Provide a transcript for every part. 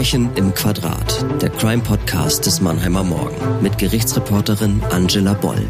Verbrechen im Quadrat, der Crime-Podcast des Mannheimer Morgen mit Gerichtsreporterin Angela Boll.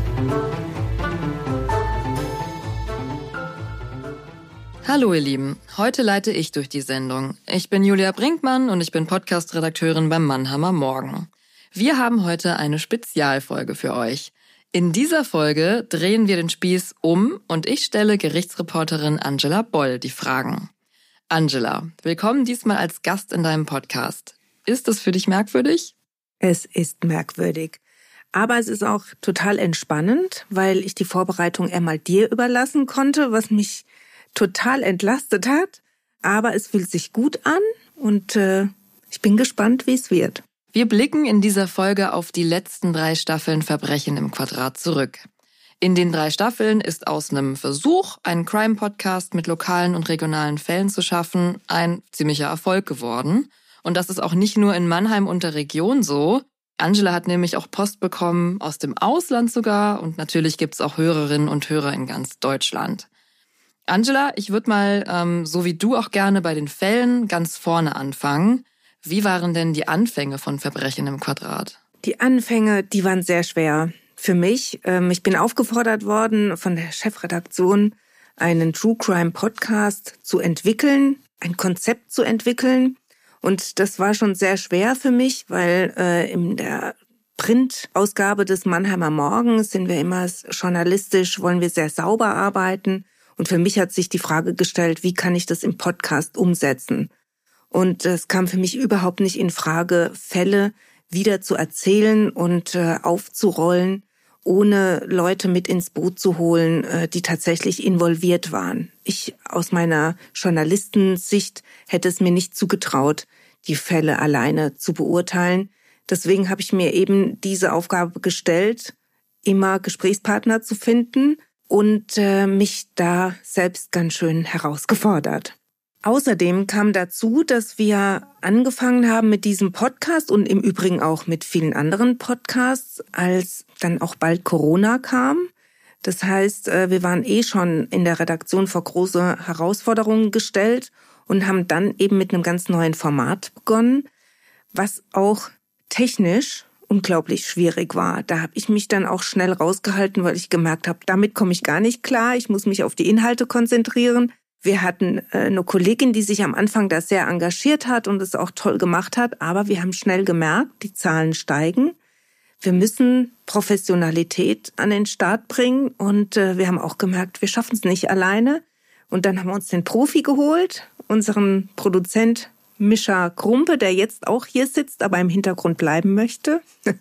Hallo ihr Lieben, heute leite ich durch die Sendung. Ich bin Julia Brinkmann und ich bin Podcast-Redakteurin beim Mannheimer Morgen. Wir haben heute eine Spezialfolge für euch. In dieser Folge drehen wir den Spieß um und ich stelle Gerichtsreporterin Angela Boll die Fragen. Angela, willkommen diesmal als Gast in deinem Podcast. Ist das für dich merkwürdig? Es ist merkwürdig. Aber es ist auch total entspannend, weil ich die Vorbereitung einmal dir überlassen konnte, was mich total entlastet hat. Aber es fühlt sich gut an und ich bin gespannt, wie es wird. Wir blicken in dieser Folge auf die letzten 3 Staffeln Verbrechen im Quadrat zurück. In den 3 Staffeln ist aus einem Versuch, einen Crime-Podcast mit lokalen und regionalen Fällen zu schaffen, ein ziemlicher Erfolg geworden. Und das ist auch nicht nur in Mannheim und der Region so. Angela hat nämlich auch Post bekommen, aus dem Ausland sogar. Und natürlich gibt es auch Hörerinnen und Hörer in ganz Deutschland. Angela, ich würde mal, so wie du auch gerne bei den Fällen, ganz vorne anfangen. Wie waren denn die Anfänge von Verbrechen im Quadrat? Die Anfänge, die waren sehr schwer. Für mich, ich bin aufgefordert worden von der Chefredaktion, einen True Crime Podcast zu entwickeln, ein Konzept zu entwickeln. Und das war schon sehr schwer für mich, weil in der Printausgabe des Mannheimer Morgens sind wir immer journalistisch, wollen wir sehr sauber arbeiten. Und für mich hat sich die Frage gestellt, wie kann ich das im Podcast umsetzen? Und es kam für mich überhaupt nicht in Frage, Fälle wieder zu erzählen und aufzurollen, ohne Leute mit ins Boot zu holen, die tatsächlich involviert waren. Ich aus meiner Journalistensicht hätte es mir nicht zugetraut, die Fälle alleine zu beurteilen. Deswegen habe ich mir eben diese Aufgabe gestellt, immer Gesprächspartner zu finden und mich da selbst ganz schön herausgefordert. Außerdem kam dazu, dass wir angefangen haben mit diesem Podcast und im Übrigen auch mit vielen anderen Podcasts, als dann auch bald Corona kam. Das heißt, wir waren schon in der Redaktion vor große Herausforderungen gestellt und haben dann eben mit einem ganz neuen Format begonnen, was auch technisch unglaublich schwierig war. Da habe ich mich dann auch schnell rausgehalten, weil ich gemerkt habe, damit komme ich gar nicht klar. Ich muss mich auf die Inhalte konzentrieren. Wir hatten eine Kollegin, die sich am Anfang da sehr engagiert hat und es auch toll gemacht hat, aber wir haben schnell gemerkt, die Zahlen steigen. Wir müssen Professionalität an den Start bringen und wir haben auch gemerkt, wir schaffen es nicht alleine. Und dann haben wir uns den Profi geholt, unseren Produzent Mischa Krumpe, der jetzt auch hier sitzt, aber im Hintergrund bleiben möchte.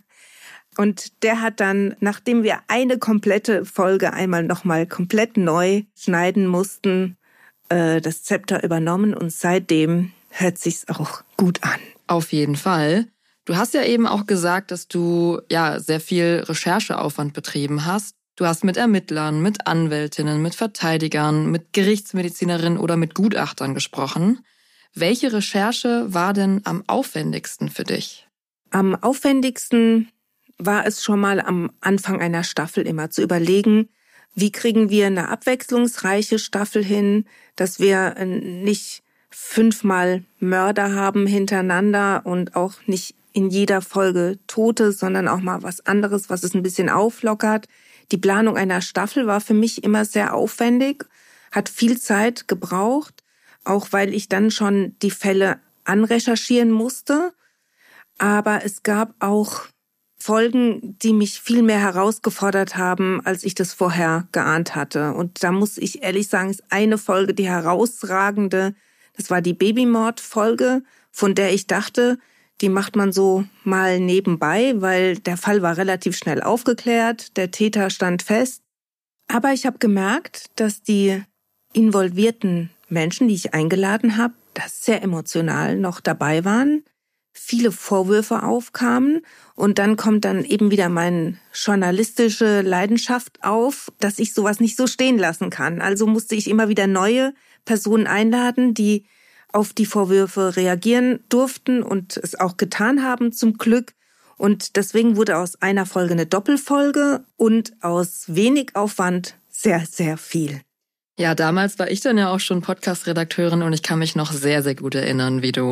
Und der hat dann, nachdem wir eine komplette Folge einmal nochmal komplett neu schneiden mussten, das Zepter übernommen und seitdem hört sich's auch gut an. Auf jeden Fall. Du hast ja eben auch gesagt, dass du sehr viel Rechercheaufwand betrieben hast. Du hast mit Ermittlern, mit Anwältinnen, mit Verteidigern, mit Gerichtsmedizinerinnen oder mit Gutachtern gesprochen. Welche Recherche war denn am aufwendigsten für dich? Am aufwendigsten war es schon mal am Anfang einer Staffel immer zu überlegen, wie kriegen wir eine abwechslungsreiche Staffel hin, dass wir nicht 5-mal Mörder haben hintereinander und auch nicht in jeder Folge Tote, sondern auch mal was anderes, was es ein bisschen auflockert. Die Planung einer Staffel war für mich immer sehr aufwendig, hat viel Zeit gebraucht, auch weil ich dann schon die Fälle anrecherchieren musste. Aber es gab auch Folgen, die mich viel mehr herausgefordert haben, als ich das vorher geahnt hatte. Und da muss ich ehrlich sagen, ist eine Folge die herausragende. Das war die Babymord-Folge, von der ich dachte, die macht man so mal nebenbei, weil der Fall war relativ schnell aufgeklärt, der Täter stand fest. Aber ich habe gemerkt, dass die involvierten Menschen, die ich eingeladen habe, da sehr emotional noch dabei waren, viele Vorwürfe aufkamen und dann kommt dann eben wieder meine journalistische Leidenschaft auf, dass ich sowas nicht so stehen lassen kann. Also musste ich immer wieder neue Personen einladen, die auf die Vorwürfe reagieren durften und es auch getan haben zum Glück. Und deswegen wurde aus einer Folge eine Doppelfolge und aus wenig Aufwand sehr, sehr viel. Ja, damals war ich dann ja auch schon Podcast-Redakteurin und ich kann mich noch sehr, sehr gut erinnern, wie du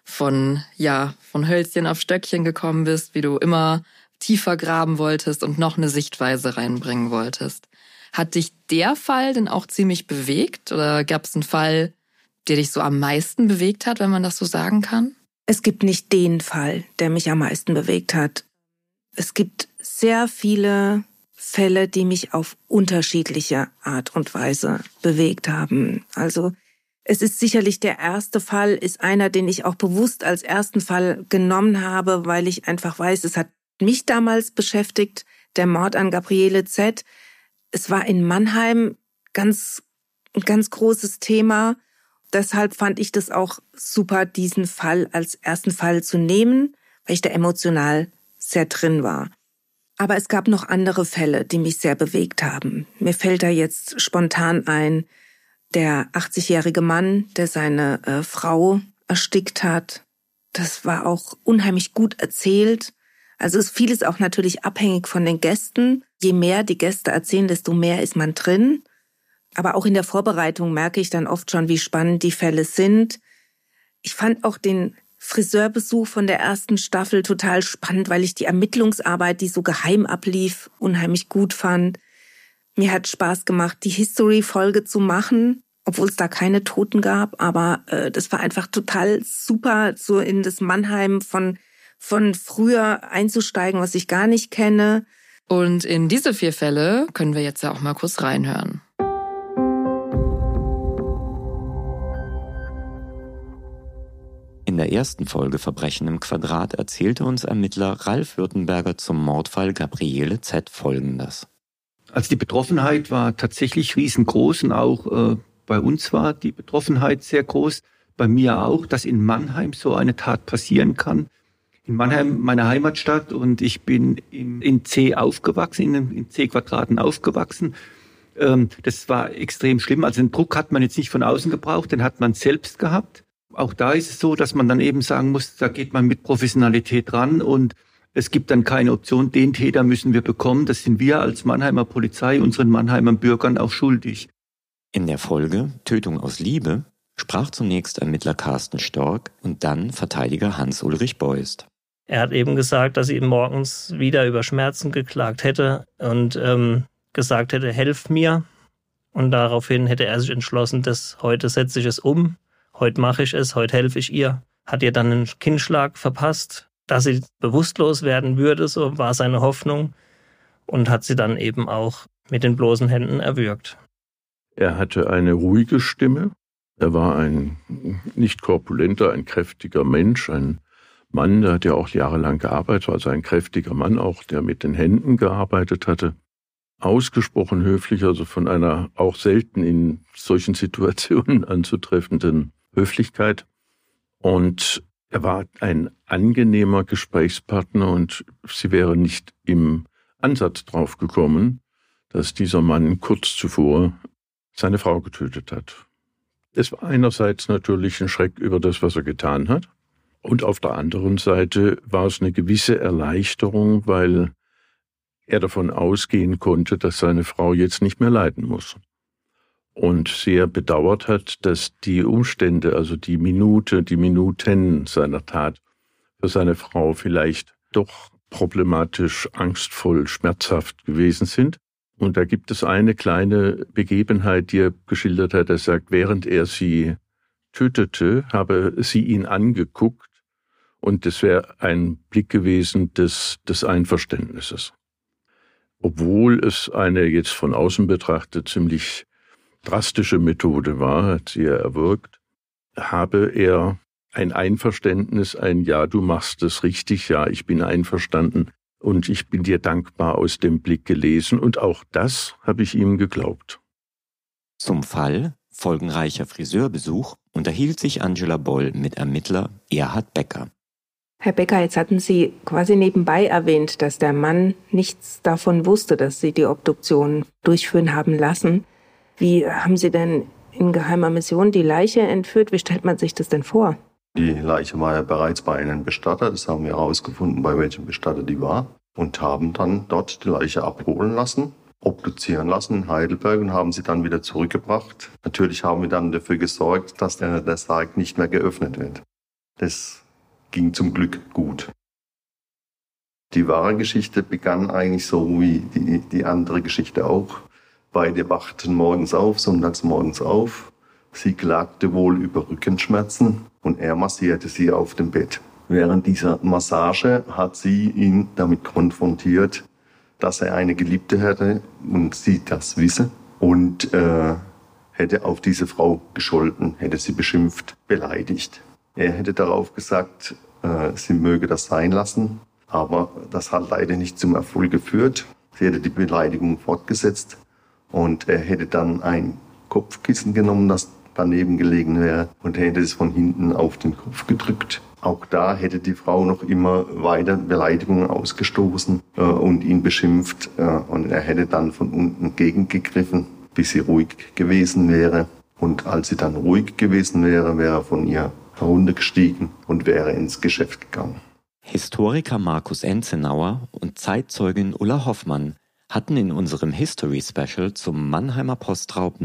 von Hölzchen auf Stöckchen gekommen bist, wie du immer tiefer graben wolltest und noch eine Sichtweise reinbringen wolltest. Hat dich der Fall denn auch ziemlich bewegt oder gab es einen Fall, der dich so am meisten bewegt hat, wenn man das so sagen kann? Es gibt nicht den Fall, der mich am meisten bewegt hat. Es gibt sehr viele Fälle, die mich auf unterschiedliche Art und Weise bewegt haben. Also es ist sicherlich der erste Fall, ist einer, den ich auch bewusst als ersten Fall genommen habe, weil ich einfach weiß, es hat mich damals beschäftigt, der Mord an Gabriele Z. Es war in Mannheim ein ganz großes Thema. Deshalb fand ich das auch super, diesen Fall als ersten Fall zu nehmen, weil ich da emotional sehr drin war. Aber es gab noch andere Fälle, die mich sehr bewegt haben. Mir fällt da jetzt spontan ein, der 80-jährige Mann, der seine Frau erstickt hat. Das war auch unheimlich gut erzählt. Also ist vieles auch natürlich abhängig von den Gästen. Je mehr die Gäste erzählen, desto mehr ist man drin. Aber auch in der Vorbereitung merke ich dann oft schon, wie spannend die Fälle sind. Ich fand auch den Friseurbesuch von der ersten Staffel total spannend, weil ich die Ermittlungsarbeit, die so geheim ablief, unheimlich gut fand. Mir hat Spaß gemacht, die History-Folge zu machen, obwohl es da keine Toten gab. Aber das war einfach total super, so in das Mannheim von früher einzusteigen, was ich gar nicht kenne. Und in diese 4 Fälle können wir jetzt ja auch mal kurz reinhören. In der ersten Folge Verbrechen im Quadrat erzählte uns Ermittler Ralf Württemberger zum Mordfall Gabriele Z. Folgendes. Also die Betroffenheit war tatsächlich riesengroß und auch bei uns war die Betroffenheit sehr groß. Bei mir auch, dass in Mannheim so eine Tat passieren kann. In Mannheim, meine Heimatstadt, und ich bin in C aufgewachsen, in C-Quadraten aufgewachsen. Das war extrem schlimm. Also den Druck hat man jetzt nicht von außen gebraucht, den hat man selbst gehabt. Auch da ist es so, dass man dann eben sagen muss, da geht man mit Professionalität ran und es gibt dann keine Option, den Täter müssen wir bekommen. Das sind wir als Mannheimer Polizei unseren Mannheimer Bürgern auch schuldig. In der Folge Tötung aus Liebe sprach zunächst Ermittler Carsten Stork und dann Verteidiger Hans-Ulrich Beust. Er hat eben gesagt, dass sie morgens wieder über Schmerzen geklagt hätte und gesagt hätte, helft mir. Und daraufhin hätte er sich entschlossen, dass heute setze ich es um. Heute mache ich es, heute helfe ich ihr. Hat ihr dann einen Kinnschlag verpasst, dass sie bewusstlos werden würde, so war seine Hoffnung. Und hat sie dann eben auch mit den bloßen Händen erwürgt. Er hatte eine ruhige Stimme. Er war ein nicht korpulenter, ein kräftiger Mensch, ein Mann, der hat ja auch jahrelang gearbeitet, also ein kräftiger Mann auch, der mit den Händen gearbeitet hatte. Ausgesprochen höflich, also von einer auch selten in solchen Situationen anzutreffenden Höflichkeit. Und er war ein angenehmer Gesprächspartner und sie wäre nicht im Ansatz drauf gekommen, dass dieser Mann kurz zuvor seine Frau getötet hat. Es war einerseits natürlich ein Schreck über das, was er getan hat. Und auf der anderen Seite war es eine gewisse Erleichterung, weil er davon ausgehen konnte, dass seine Frau jetzt nicht mehr leiden muss. Und sehr bedauert hat, dass die Umstände, also die Minuten seiner Tat für seine Frau vielleicht doch problematisch, angstvoll, schmerzhaft gewesen sind. Und da gibt es eine kleine Begebenheit, die er geschildert hat. Er sagt, während er sie tötete, habe sie ihn angeguckt und das wäre ein Blick gewesen des Einverständnisses. Obwohl es eine jetzt von außen betrachtet ziemlich drastische Methode war, hat sie er erwürgt, habe er ein Einverständnis, ein Ja, du machst es richtig, ja, ich bin einverstanden und ich bin dir dankbar aus dem Blick gelesen und auch das habe ich ihm geglaubt. Zum Fall folgenreicher Friseurbesuch unterhielt sich Angela Boll mit Ermittler Erhard Becker. Herr Becker, jetzt hatten Sie quasi nebenbei erwähnt, dass der Mann nichts davon wusste, dass Sie die Obduktion durchführen haben lassen. Wie haben Sie denn in geheimer Mission die Leiche entführt? Wie stellt man sich das denn vor? Die Leiche war ja bereits bei einem Bestatter. Das haben wir herausgefunden, bei welchem Bestatter die war. Und haben dann dort die Leiche abholen lassen, obduzieren lassen in Heidelberg und haben sie dann wieder zurückgebracht. Natürlich haben wir dann dafür gesorgt, dass der Sarg nicht mehr geöffnet wird. Das ging zum Glück gut. Die wahre Geschichte begann eigentlich so wie die andere Geschichte auch. Beide wachten morgens auf, sonntags morgens auf. Sie klagte wohl über Rückenschmerzen und er massierte sie auf dem Bett. Während dieser Massage hat sie ihn damit konfrontiert, dass er eine Geliebte hätte und sie das wisse und hätte auf diese Frau gescholten, hätte sie beschimpft, beleidigt. Er hätte darauf gesagt, sie möge das sein lassen, aber das hat leider nicht zum Erfolg geführt. Sie hätte die Beleidigung fortgesetzt und er hätte dann ein Kopfkissen genommen, das daneben gelegen wäre und hätte es von hinten auf den Kopf gedrückt. Auch da hätte die Frau noch immer weiter Beleidigungen ausgestoßen und ihn beschimpft und er hätte dann von unten gegengegriffen, bis sie ruhig gewesen wäre. Und als sie dann ruhig gewesen wäre, wäre er von ihr heruntergestiegen und wäre ins Geschäft gegangen. Historiker Markus Enzenauer und Zeitzeugin Ulla Hoffmann hatten in unserem History Special zum Mannheimer Postraub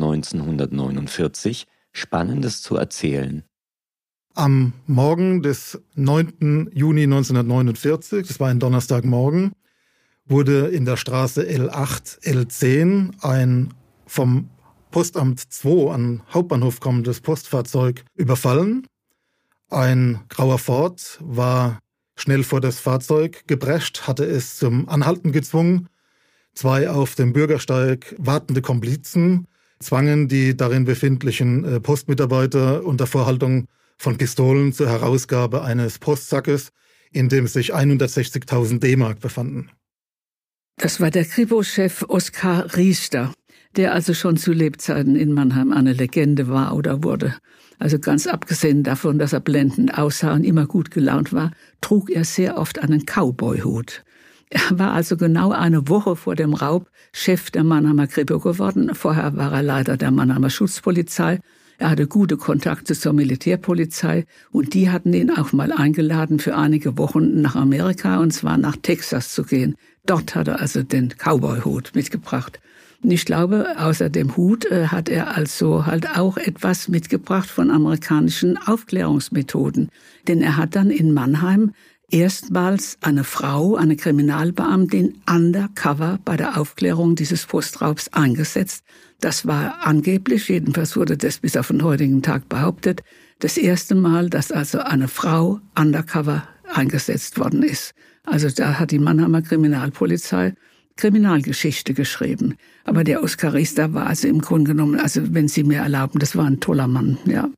1949 Spannendes zu erzählen. Am Morgen des 9. Juni 1949, das war ein Donnerstagmorgen, wurde in der Straße L8, L10 ein vom Postamt 2 an Hauptbahnhof kommendes Postfahrzeug überfallen. Ein grauer Ford war schnell vor das Fahrzeug geprescht, hatte es zum Anhalten gezwungen. 2 auf dem Bürgersteig wartende Komplizen zwangen die darin befindlichen Postmitarbeiter unter Vorhaltung von Pistolen zur Herausgabe eines Postsackes, in dem sich 160.000 D-Mark befanden. Das war der Kripo-Chef Oskar Riester, der also schon zu Lebzeiten in Mannheim eine Legende war oder wurde. Also ganz abgesehen davon, dass er blendend aussah und immer gut gelaunt war, trug er sehr oft einen Cowboy-Hut. Er war also genau eine Woche vor dem Raub Chef der Mannheimer Kripo geworden. Vorher war er Leiter der Mannheimer Schutzpolizei. Er hatte gute Kontakte zur Militärpolizei und die hatten ihn auch mal eingeladen, für einige Wochen nach Amerika, und zwar nach Texas zu gehen. Dort hat er also den Cowboy-Hut mitgebracht. Und ich glaube, außer dem Hut hat er also halt auch etwas mitgebracht von amerikanischen Aufklärungsmethoden. Denn er hat dann in Mannheim erstmals eine Frau, eine Kriminalbeamtin, undercover bei der Aufklärung dieses Postraubs eingesetzt. Das war angeblich, jedenfalls wurde das bis auf den heutigen Tag behauptet, das erste Mal, dass also eine Frau undercover eingesetzt worden ist. Also da hat die Mannheimer Kriminalpolizei Kriminalgeschichte geschrieben. Aber der Oskar Riester war also im Grunde genommen, also wenn Sie mir erlauben, das war ein toller Mann, ja.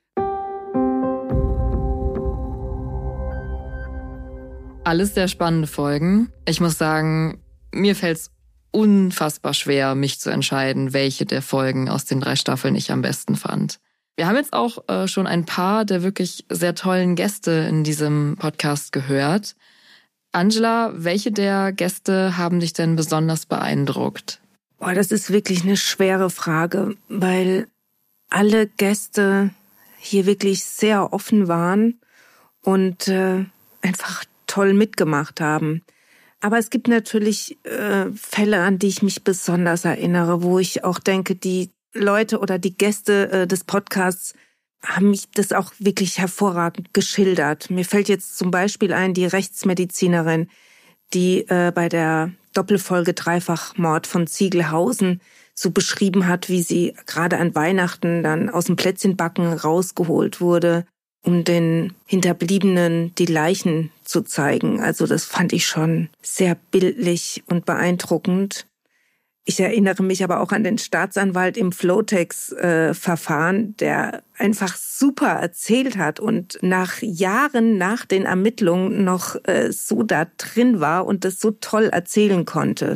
Alles sehr spannende Folgen. Ich muss sagen, mir fällt es unfassbar schwer, mich zu entscheiden, welche der Folgen aus den 3 Staffeln ich am besten fand. Wir haben jetzt auch schon ein paar der wirklich sehr tollen Gäste in diesem Podcast gehört. Angela, welche der Gäste haben dich denn besonders beeindruckt? Boah, das ist wirklich eine schwere Frage, weil alle Gäste hier wirklich sehr offen waren und einfach toll mitgemacht haben. Aber es gibt natürlich Fälle, an die ich mich besonders erinnere, wo ich auch denke, die Leute oder die Gäste des Podcasts haben mich das auch wirklich hervorragend geschildert. Mir fällt jetzt zum Beispiel ein, die Rechtsmedizinerin, die bei der Doppelfolge Dreifachmord von Ziegelhausen so beschrieben hat, wie sie gerade an Weihnachten dann aus dem Plätzchenbacken rausgeholt wurde, um den Hinterbliebenen die Leichen zu zeigen. Also das fand ich schon sehr bildlich und beeindruckend. Ich erinnere mich aber auch an den Staatsanwalt im Flotex-Verfahren, der einfach super erzählt hat und nach Jahren nach den Ermittlungen noch so da drin war und das so toll erzählen konnte.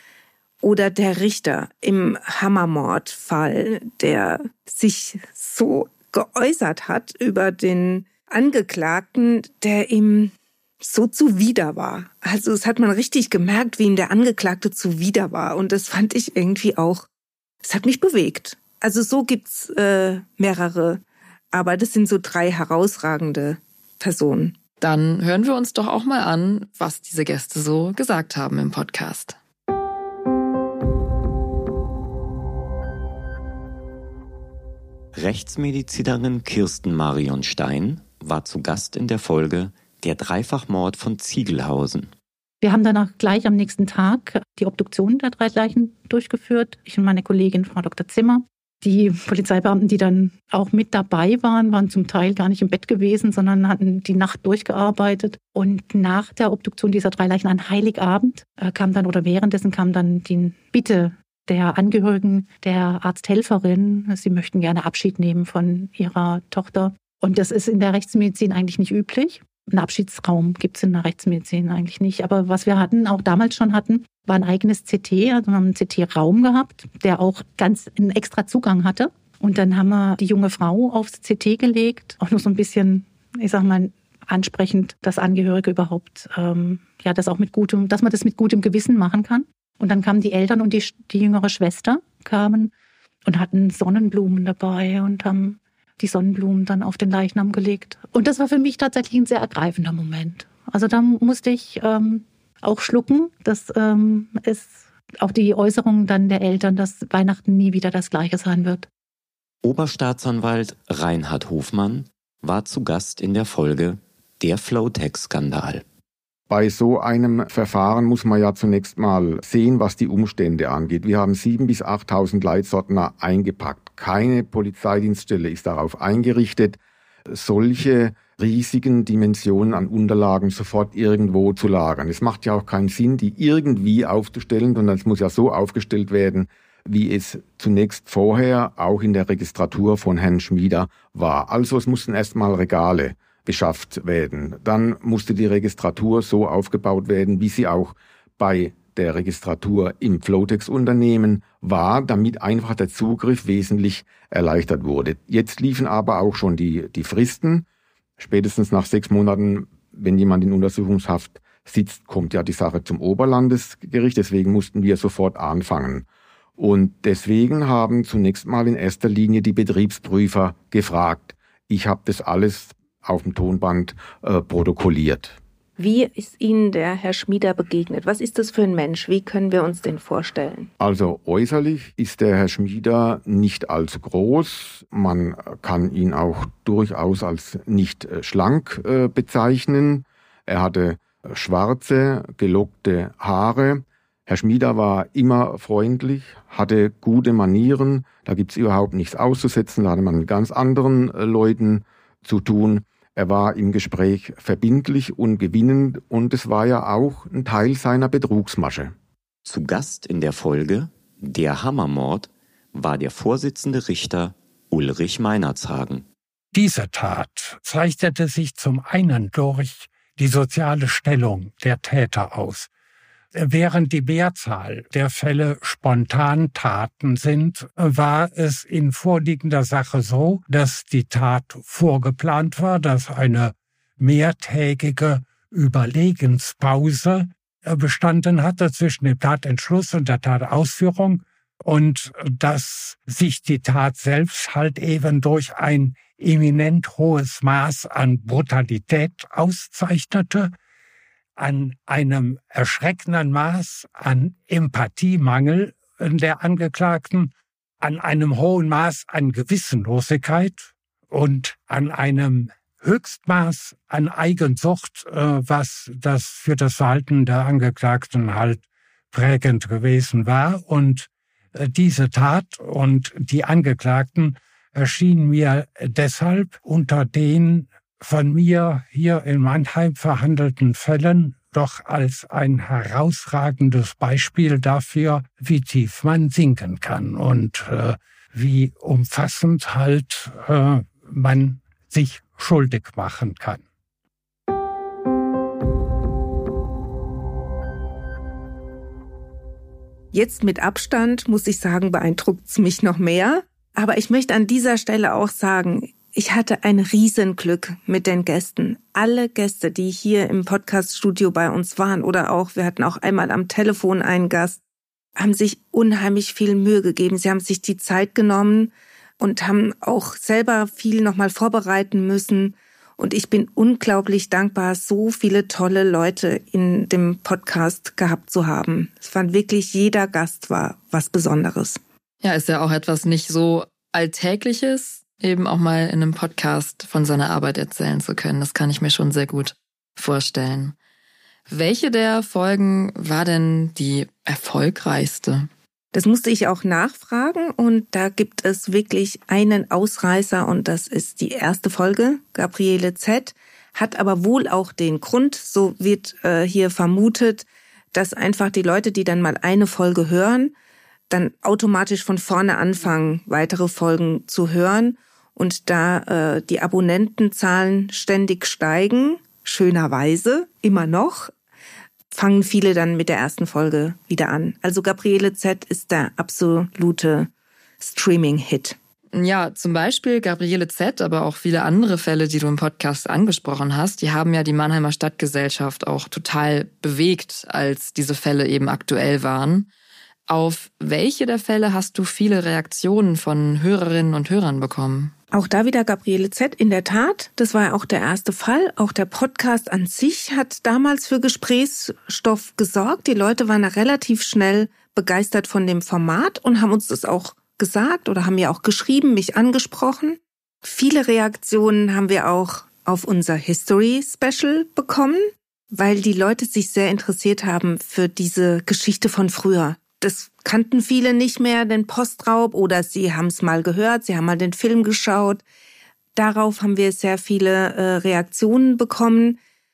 Oder der Richter im Hammermordfall, der sich so geäußert hat über den Angeklagten, der ihm so zuwider war. Also es hat man richtig gemerkt, wie ihm der Angeklagte zuwider war. Und das fand ich irgendwie auch, es hat mich bewegt. Also so gibt's mehrere, aber das sind so 3 herausragende Personen. Dann hören wir uns doch auch mal an, was diese Gäste so gesagt haben im Podcast. Rechtsmedizinerin Kirsten Marion Stein, war zu Gast in der Folge Der Dreifachmord von Ziegelhausen. Wir haben danach gleich am nächsten Tag die Obduktion der 3 Leichen durchgeführt. Ich und meine Kollegin Frau Dr. Zimmer. Die Polizeibeamten, die dann auch mit dabei waren zum Teil gar nicht im Bett gewesen, sondern hatten die Nacht durchgearbeitet. Und nach der Obduktion dieser 3 Leichen an Heiligabend währenddessen kam dann die Bitte der Angehörigen, der Arzthelferin, sie möchten gerne Abschied nehmen von ihrer Tochter. Und das ist in der Rechtsmedizin eigentlich nicht üblich. Einen Abschiedsraum gibt es in der Rechtsmedizin eigentlich nicht. Aber was wir auch damals schon hatten, war ein eigenes CT. Also wir haben einen CT-Raum gehabt, der auch ganz einen extra Zugang hatte. Und dann haben wir die junge Frau aufs CT gelegt. Auch nur so ein bisschen, ansprechend, dass Angehörige überhaupt, dass man das mit gutem Gewissen machen kann. Und dann kamen die Eltern und die jüngere Schwester kamen und hatten Sonnenblumen dabei und haben die Sonnenblumen dann auf den Leichnam gelegt. Und das war für mich tatsächlich ein sehr ergreifender Moment. Also da musste ich auch schlucken. Das ist auch die Äußerung dann der Eltern, dass Weihnachten nie wieder das Gleiche sein wird. Oberstaatsanwalt Reinhard Hofmann war zu Gast in der Folge Der Flowtech-Skandal. Bei so einem Verfahren muss man ja zunächst mal sehen, was die Umstände angeht. Wir haben 7.000 bis 8.000 Leitsortner eingepackt. Keine Polizeidienststelle ist darauf eingerichtet, solche riesigen Dimensionen an Unterlagen sofort irgendwo zu lagern. Es macht ja auch keinen Sinn, die irgendwie aufzustellen, sondern es muss ja so aufgestellt werden, wie es zunächst vorher auch in der Registratur von Herrn Schmieder war. Also es mussten erstmal Regale beschafft werden. Dann musste die Registratur so aufgebaut werden, wie sie auch bei der Registratur im Flowtex-Unternehmen war, damit einfach der Zugriff wesentlich erleichtert wurde. Jetzt liefen aber auch schon die Fristen. Spätestens nach 6 Monaten, wenn jemand in Untersuchungshaft sitzt, kommt ja die Sache zum Oberlandesgericht. Deswegen mussten wir sofort anfangen. Und deswegen haben zunächst mal in erster Linie die Betriebsprüfer gefragt. Ich habe das alles auf dem Tonband protokolliert. Wie ist Ihnen der Herr Schmieder begegnet? Was ist das für ein Mensch? Wie können wir uns den vorstellen? Also äußerlich ist der Herr Schmieder nicht allzu groß. Man kann ihn auch durchaus als nicht schlank bezeichnen. Er hatte schwarze, gelockte Haare. Herr Schmieder war immer freundlich, hatte gute Manieren. Da gibt es überhaupt nichts auszusetzen. Da hatte man mit ganz anderen Leuten zu tun. Er war im Gespräch verbindlich und gewinnend und es war ja auch ein Teil seiner Betrugsmasche. Zu Gast in der Folge Der Hammermord war der Vorsitzende Richter Ulrich Meinerzagen. Diese Tat zeichnete sich zum einen durch die soziale Stellung der Täter aus. Während die Mehrzahl der Fälle Spontantaten sind, war es in vorliegender Sache so, dass die Tat vorgeplant war, dass eine mehrtägige Überlegenspause bestanden hatte zwischen dem Tatentschluss und der Tatausführung und dass sich die Tat selbst halt eben durch ein eminent hohes Maß an Brutalität auszeichnete, an einem erschreckenden Maß an Empathiemangel der Angeklagten, an einem hohen Maß an Gewissenlosigkeit und an einem Höchstmaß an Eigensucht, was das für das Verhalten der Angeklagten halt prägend gewesen war. Und diese Tat und die Angeklagten erschienen mir deshalb unter den von mir hier in Mannheim verhandelten Fällen doch als ein herausragendes Beispiel dafür, wie tief man sinken kann und wie umfassend halt man sich schuldig machen kann. Jetzt mit Abstand, muss ich sagen, beeindruckt es mich noch mehr. Aber ich möchte an dieser Stelle auch sagen, ich hatte ein Riesenglück mit den Gästen. Alle Gäste, die hier im Podcaststudio bei uns waren oder auch, wir hatten auch einmal am Telefon einen Gast, haben sich unheimlich viel Mühe gegeben. Sie haben sich die Zeit genommen und haben auch selber viel nochmal vorbereiten müssen. Und ich bin unglaublich dankbar, so viele tolle Leute in dem Podcast gehabt zu haben. Es war wirklich, jeder Gast war was Besonderes. Ja, ist ja auch etwas nicht so Alltägliches, eben auch mal in einem Podcast von seiner Arbeit erzählen zu können. Das kann ich mir schon sehr gut vorstellen. Welche der Folgen war denn die erfolgreichste? Das musste ich auch nachfragen und da gibt es wirklich einen Ausreißer und das ist die erste Folge, Gabriele Z. Hat aber wohl auch den Grund, so wird hier vermutet, dass einfach die Leute, die dann mal eine Folge hören, dann automatisch von vorne anfangen, weitere Folgen zu hören. Und da die Abonnentenzahlen ständig steigen, schönerweise immer noch, fangen viele dann mit der ersten Folge wieder an. Also Gabriele Z. ist der absolute Streaming-Hit. Ja, zum Beispiel Gabriele Z., aber auch viele andere Fälle, die du im Podcast angesprochen hast, die haben ja die Mannheimer Stadtgesellschaft auch total bewegt, als diese Fälle eben aktuell waren. Auf welche der Fälle hast du viele Reaktionen von Hörerinnen und Hörern bekommen? Auch da wieder Gabriele Z. In der Tat, das war ja auch der erste Fall. Auch der Podcast an sich hat damals für Gesprächsstoff gesorgt. Die Leute waren relativ schnell begeistert von dem Format und haben uns das auch gesagt oder haben mir auch geschrieben, mich angesprochen. Viele Reaktionen haben wir auch auf unser History Special bekommen, weil die Leute sich sehr interessiert haben für diese Geschichte von früher. Das kannten viele nicht mehr, den Postraub, oder sie haben es mal gehört, sie haben mal den Film geschaut. Darauf haben wir sehr viele Reaktionen bekommen.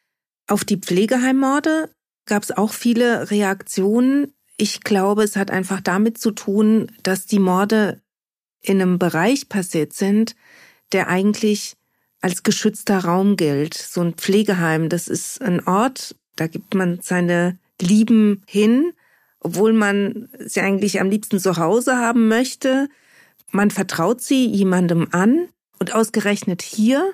Auf die Pflegeheimmorde gab es auch viele Reaktionen. Ich glaube, es hat einfach damit zu tun, dass die Morde in einem Bereich passiert sind, der eigentlich als geschützter Raum gilt. So ein Pflegeheim, das ist ein Ort, da gibt man seine Lieben hin, obwohl man sie eigentlich am liebsten zu Hause haben möchte. Man vertraut sie jemandem an und ausgerechnet hier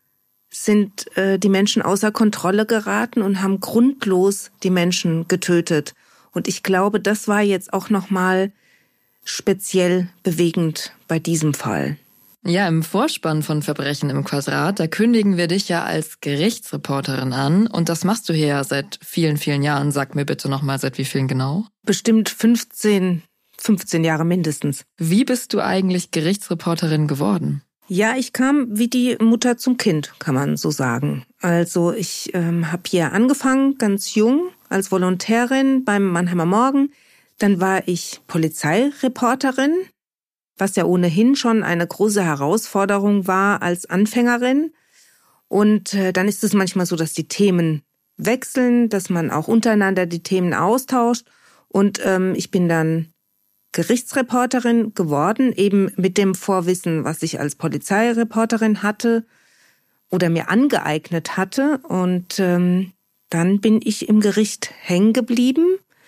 sind die Menschen außer Kontrolle geraten und haben grundlos die Menschen getötet. Und ich glaube, das war jetzt auch nochmal speziell bewegend bei diesem Fall. Ja, im Vorspann von Verbrechen im Quadrat, da kündigen wir dich ja als Gerichtsreporterin an. Und das machst du hier ja seit vielen, vielen Jahren. Sag mir bitte nochmal, seit wie vielen genau? Bestimmt 15 Jahre mindestens. Wie bist du eigentlich Gerichtsreporterin geworden? Ja, ich kam wie die Mutter zum Kind, kann man so sagen. Also ich habe hier angefangen, ganz jung, als Volontärin beim Mannheimer Morgen. Dann war ich Polizeireporterin, was ja ohnehin schon eine große Herausforderung war als Anfängerin. Und dann ist es manchmal so, dass die Themen wechseln, dass man auch untereinander die Themen austauscht. Und ich bin dann Gerichtsreporterin geworden, eben mit dem Vorwissen, was ich als Polizeireporterin hatte oder mir angeeignet hatte. Und dann bin ich im Gericht hängen geblieben,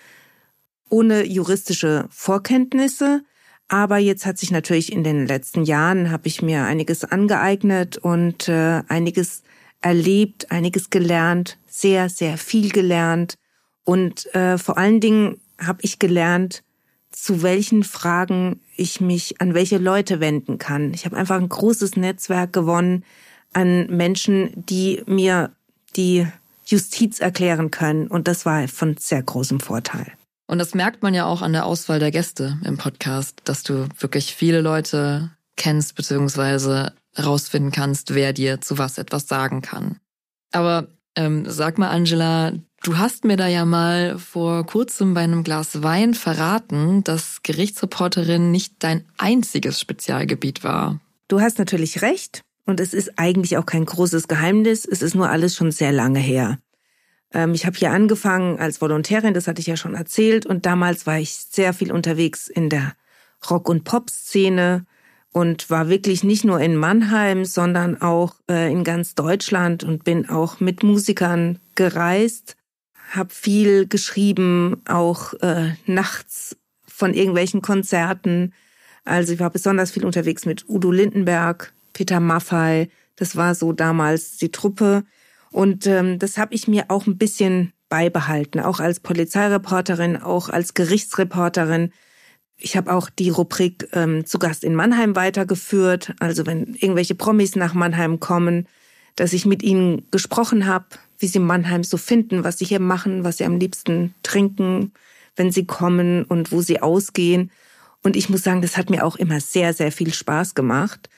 ohne juristische Vorkenntnisse. Aber jetzt hat sich natürlich in den letzten Jahren, habe ich mir einiges angeeignet und einiges erlebt, einiges gelernt, sehr, sehr viel gelernt. Und vor allen Dingen habe ich gelernt, zu welchen Fragen ich mich an welche Leute wenden kann. Ich habe einfach ein großes Netzwerk gewonnen an Menschen, die mir die Justiz erklären können. Und das war von sehr großem Vorteil. Und das merkt man ja auch an der Auswahl der Gäste im Podcast, dass du wirklich viele Leute kennst bzw. herausfinden kannst, wer dir zu was etwas sagen kann. Aber sag mal, Angela, du hast mir da ja mal vor kurzem bei einem Glas Wein verraten, dass Gerichtsreporterin nicht dein einziges Spezialgebiet war. Du hast natürlich recht und es ist eigentlich auch kein großes Geheimnis, es ist nur alles schon sehr lange her. Ich habe hier angefangen als Volontärin, das hatte ich ja schon erzählt, und damals war ich sehr viel unterwegs in der Rock- und Pop-Szene und war wirklich nicht nur in Mannheim, sondern auch in ganz Deutschland und bin auch mit Musikern gereist, habe viel geschrieben, auch nachts von irgendwelchen Konzerten. Also ich war besonders viel unterwegs mit Udo Lindenberg, Peter Maffay, das war so damals die Truppe. Und das habe ich mir auch ein bisschen beibehalten, auch als Polizeireporterin, auch als Gerichtsreporterin. Ich habe auch die Rubrik zu Gast in Mannheim weitergeführt. Also wenn irgendwelche Promis nach Mannheim kommen, dass ich mit ihnen gesprochen habe, wie sie Mannheim so finden, was sie hier machen, was sie am liebsten trinken, wenn sie kommen und wo sie ausgehen. Und ich muss sagen, das hat mir auch immer sehr, sehr viel Spaß gemacht.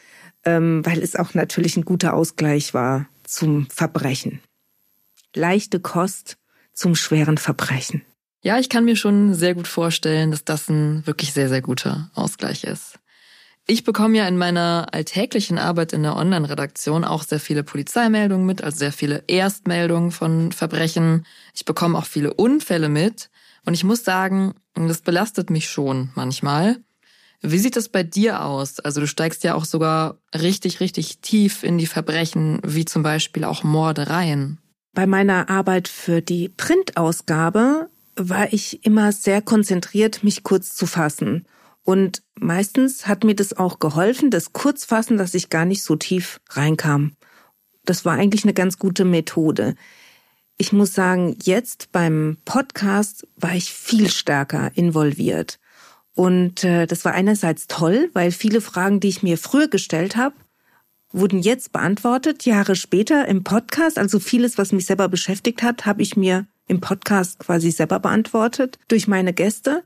weil es auch natürlich ein guter Ausgleich war zum Verbrechen. Leichte Kost zum schweren Verbrechen. Ja, ich kann mir schon sehr gut vorstellen, dass das ein wirklich sehr, sehr guter Ausgleich ist. Ich bekomme ja in meiner alltäglichen Arbeit in der Online-Redaktion auch sehr viele Polizeimeldungen mit, also sehr viele Erstmeldungen von Verbrechen. Ich bekomme auch viele Unfälle mit und ich muss sagen, das belastet mich schon manchmal. Wie sieht das bei dir aus? Also du steigst ja auch sogar richtig, richtig tief in die Verbrechen, wie zum Beispiel auch Morde rein. Bei meiner Arbeit für die Printausgabe war ich immer sehr konzentriert, mich kurz zu fassen. Und meistens hat mir das auch geholfen, das Kurzfassen, dass ich gar nicht so tief reinkam. Das war eigentlich eine ganz gute Methode. Ich muss sagen, jetzt beim Podcast war ich viel stärker involviert. Und das war einerseits toll, weil viele Fragen, die ich mir früher gestellt habe, wurden jetzt beantwortet, Jahre später im Podcast. Also vieles, was mich selber beschäftigt hat, habe ich mir im Podcast quasi selber beantwortet durch meine Gäste.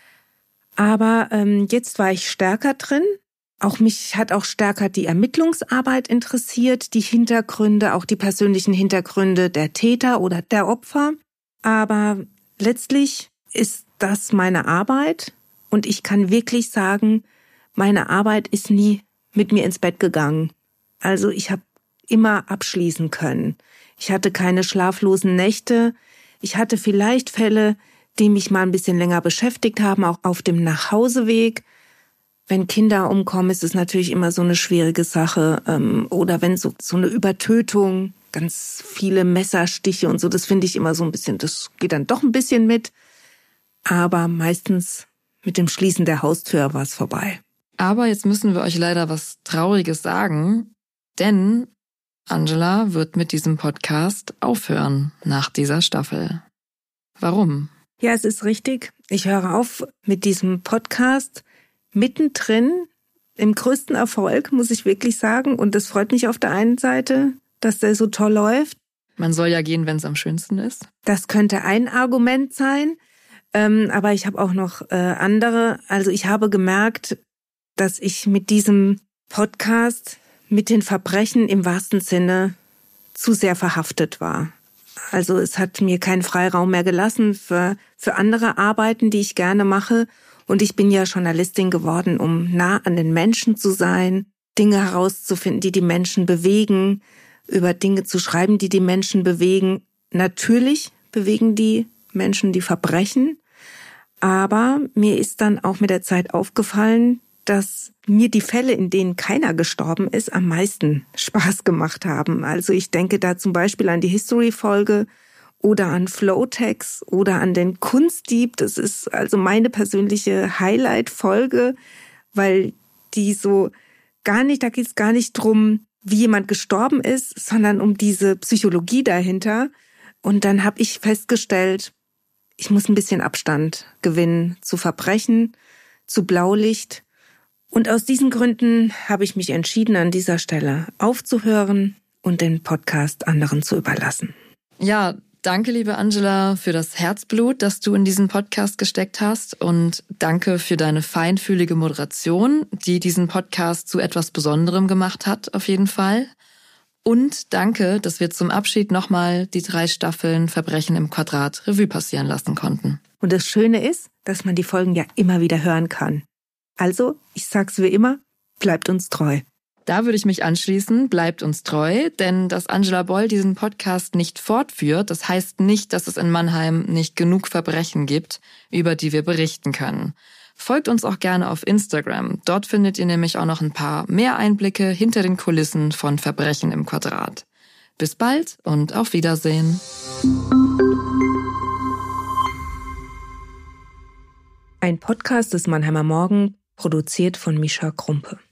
Aber jetzt war ich stärker drin. Auch mich hat auch stärker die Ermittlungsarbeit interessiert, die Hintergründe, auch die persönlichen Hintergründe der Täter oder der Opfer. Aber letztlich ist das meine Arbeit und ich kann wirklich sagen, meine Arbeit ist nie mit mir ins Bett gegangen. Also ich habe immer abschließen können. Ich hatte keine schlaflosen Nächte. Ich hatte vielleicht Fälle, die mich mal ein bisschen länger beschäftigt haben, auch auf dem Nachhauseweg. Wenn Kinder umkommen, ist es natürlich immer so eine schwierige Sache. Oder wenn so eine Übertötung, ganz viele Messerstiche und so, das finde ich immer so ein bisschen, das geht dann doch ein bisschen mit. Aber meistens mit dem Schließen der Haustür war es vorbei. Aber jetzt müssen wir euch leider was Trauriges sagen, denn Angela wird mit diesem Podcast aufhören nach dieser Staffel. Warum? Ja, es ist richtig. Ich höre auf mit diesem Podcast mittendrin im größten Erfolg, muss ich wirklich sagen. Und das freut mich auf der einen Seite, dass der so toll läuft. Man soll ja gehen, wenn es am schönsten ist. Das könnte ein Argument sein. Aber ich habe auch noch andere. Also ich habe gemerkt, dass ich mit diesem Podcast, mit den Verbrechen im wahrsten Sinne zu sehr verhaftet war. Also es hat mir keinen Freiraum mehr gelassen für andere Arbeiten, die ich gerne mache. Und ich bin ja Journalistin geworden, um nah an den Menschen zu sein, Dinge herauszufinden, die die Menschen bewegen, über Dinge zu schreiben, die die Menschen bewegen. Natürlich bewegen die Menschen die Verbrechen. Aber mir ist dann auch mit der Zeit aufgefallen, dass mir die Fälle, in denen keiner gestorben ist, am meisten Spaß gemacht haben. Also ich denke da zum Beispiel an die History-Folge oder an Flowtex oder an den Kunstdieb. Das ist also meine persönliche Highlight-Folge, weil die so da geht es gar nicht drum, wie jemand gestorben ist, sondern um diese Psychologie dahinter. Und dann habe ich festgestellt, ich muss ein bisschen Abstand gewinnen zu Verbrechen, zu Blaulicht. Und aus diesen Gründen habe ich mich entschieden, an dieser Stelle aufzuhören und den Podcast anderen zu überlassen. Ja, danke, liebe Angela, für das Herzblut, das du in diesen Podcast gesteckt hast. Und danke für deine feinfühlige Moderation, die diesen Podcast zu etwas Besonderem gemacht hat, auf jeden Fall. Und danke, dass wir zum Abschied nochmal die 3 Staffeln Verbrechen im Quadrat Revue passieren lassen konnten. Und das Schöne ist, dass man die Folgen ja immer wieder hören kann. Also, ich sag's wie immer, bleibt uns treu. Da würde ich mich anschließen, bleibt uns treu, denn dass Angela Boll diesen Podcast nicht fortführt, das heißt nicht, dass es in Mannheim nicht genug Verbrechen gibt, über die wir berichten können. Folgt uns auch gerne auf Instagram. Dort findet ihr nämlich auch noch ein paar mehr Einblicke hinter den Kulissen von Verbrechen im Quadrat. Bis bald und auf Wiedersehen. Ein Podcast des Mannheimer Morgen, produziert von Mischa Krumpe.